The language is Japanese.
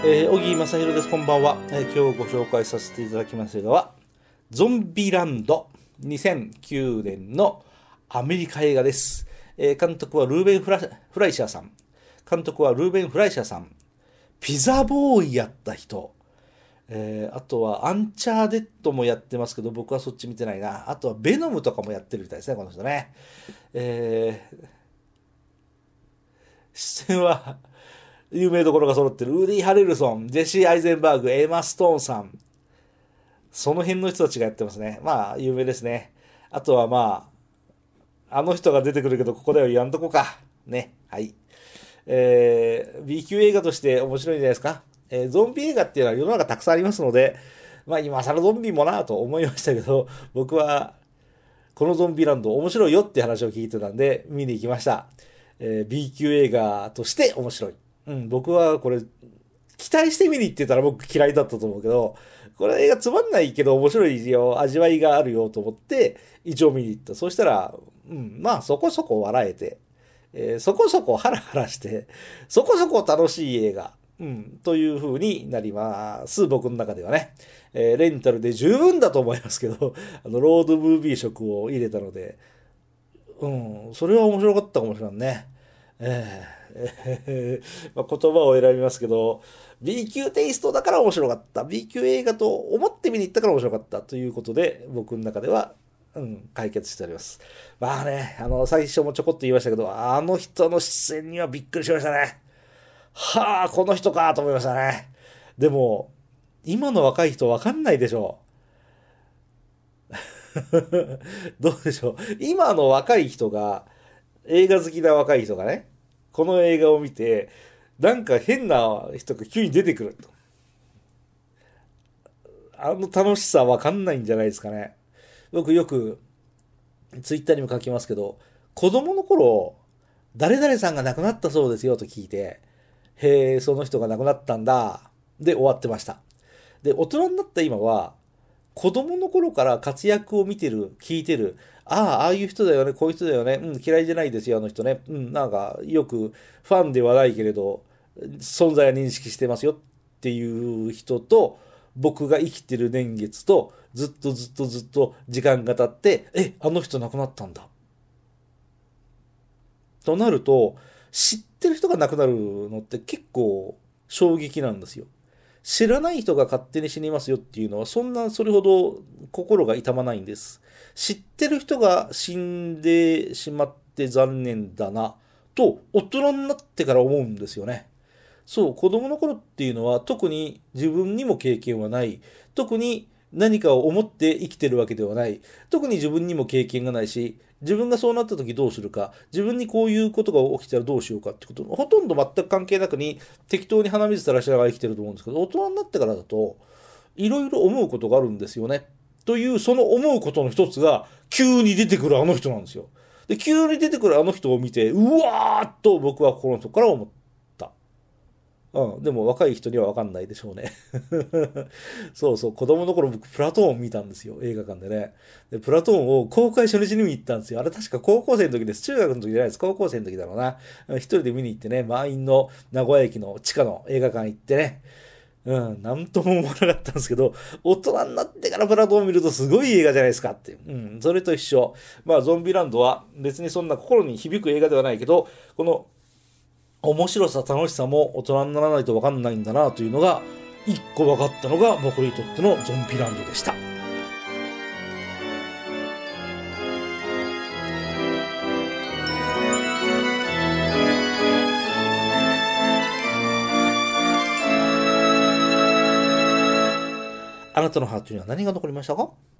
小木正弘です。こんばんは。今日ご紹介させていただきます映画はゾンビランド、2009年のアメリカ映画です。監督はルーベン・フライシャーさん。ピザボーイやった人。あとはアンチャーデッドもやってますけど、僕はそっち見てないな。あとはベノムとかもやってるみたいですね、この人ね。出演は有名どころが揃ってるウーディ・ハレルソン、ジェシー・アイゼンバーグ、エマ・ストーンさん、その辺の人たちがやってますね。まあ有名ですね。あとはまああの人が出てくるけどここでは言わんとこかね。はい。B 級映画として面白いんじゃないですか。ゾンビ映画っていうのは世の中たくさんありますので、まあ今更ゾンビもなぁと思いましたけど、僕はこのゾンビランド面白いよって話を聞いてたんで見に行きました。B 級映画として面白い。僕はこれ期待して見に行ってたら僕嫌いだったと思うけど、これ映画つまんないけど面白いよ、味わいがあるよと思って一応見に行った。そしたら、まあそこそこ笑えて、そこそこハラハラして、そこそこ楽しい映画、という風になります。僕の中ではね。レンタルで十分だと思いますけど、ロードムービー色を入れたので、それは面白かったかもしれんね。まあ、言葉を選びますけど、B 級テイストだから面白かった。B 級映画と思って見に行ったから面白かったということで、僕の中では、解決しております。まあね、最初もちょこっと言いましたけど、あの人の出演にはびっくりしましたね。はあ、この人かと思いましたね。でも、今の若い人わかんないでしょう。どうでしょう。今の若い人が、映画好きな若い人がね、この映画を見て、なんか変な人が急に出てくると。あの楽しさわかんないんじゃないですかね。僕よく、ツイッターにも書きますけど、子供の頃、誰々さんが亡くなったそうですよと聞いて、へえ、その人が亡くなったんだ。で終わってました。で、大人になった今は、子供の頃から活躍を見てる、聞いてる、ああいう人だよね、こういう人だよね、嫌いじゃないですよ、あの人ね、なんか、よくファンではないけれど、存在は認識してますよっていう人と、僕が生きてる年月と、ずっと時間が経って、あの人亡くなったんだ。となると、知ってる人が亡くなるのって結構衝撃なんですよ。知らない人が勝手に死にますよっていうのはそれほど心が痛まないんです。知ってる人が死んでしまって残念だなと大人になってから思うんですよね。そう、子供の頃っていうのは特に自分にも経験はない。特に何かを思って生きてるわけではない。特に自分にも経験がないし、自分がそうなった時どうするか、自分にこういうことが起きたらどうしようかってこと、ほとんど全く関係なくに適当に鼻水垂らしながら生きてると思うんですけど、大人になってからだと、いろいろ思うことがあるんですよね。という、その思うことの一つが、急に出てくるあの人なんですよ。で、急に出てくるあの人を見て、うわーっと僕は心の底から思った。でも若い人には分かんないでしょうね。そうそう、子供の頃僕プラトーン見たんですよ、映画館でね。で、プラトーンを公開初日に見に行ったんですよ。あれ確か高校生の時です。中学の時じゃないです。高校生の時だろうな。一人で見に行ってね、満員の名古屋駅の地下の映画館行ってね。なんとも思わなかったんですけど、大人になってからプラトーン見るとすごい映画じゃないですかって。それと一緒。まあ、ゾンビランドは別にそんな心に響く映画ではないけど、この面白さ楽しさも大人にならないと分かんないんだなというのが一個分かったのが僕にとってのゾンビランドでした。あなたのハートには何が残りましたか？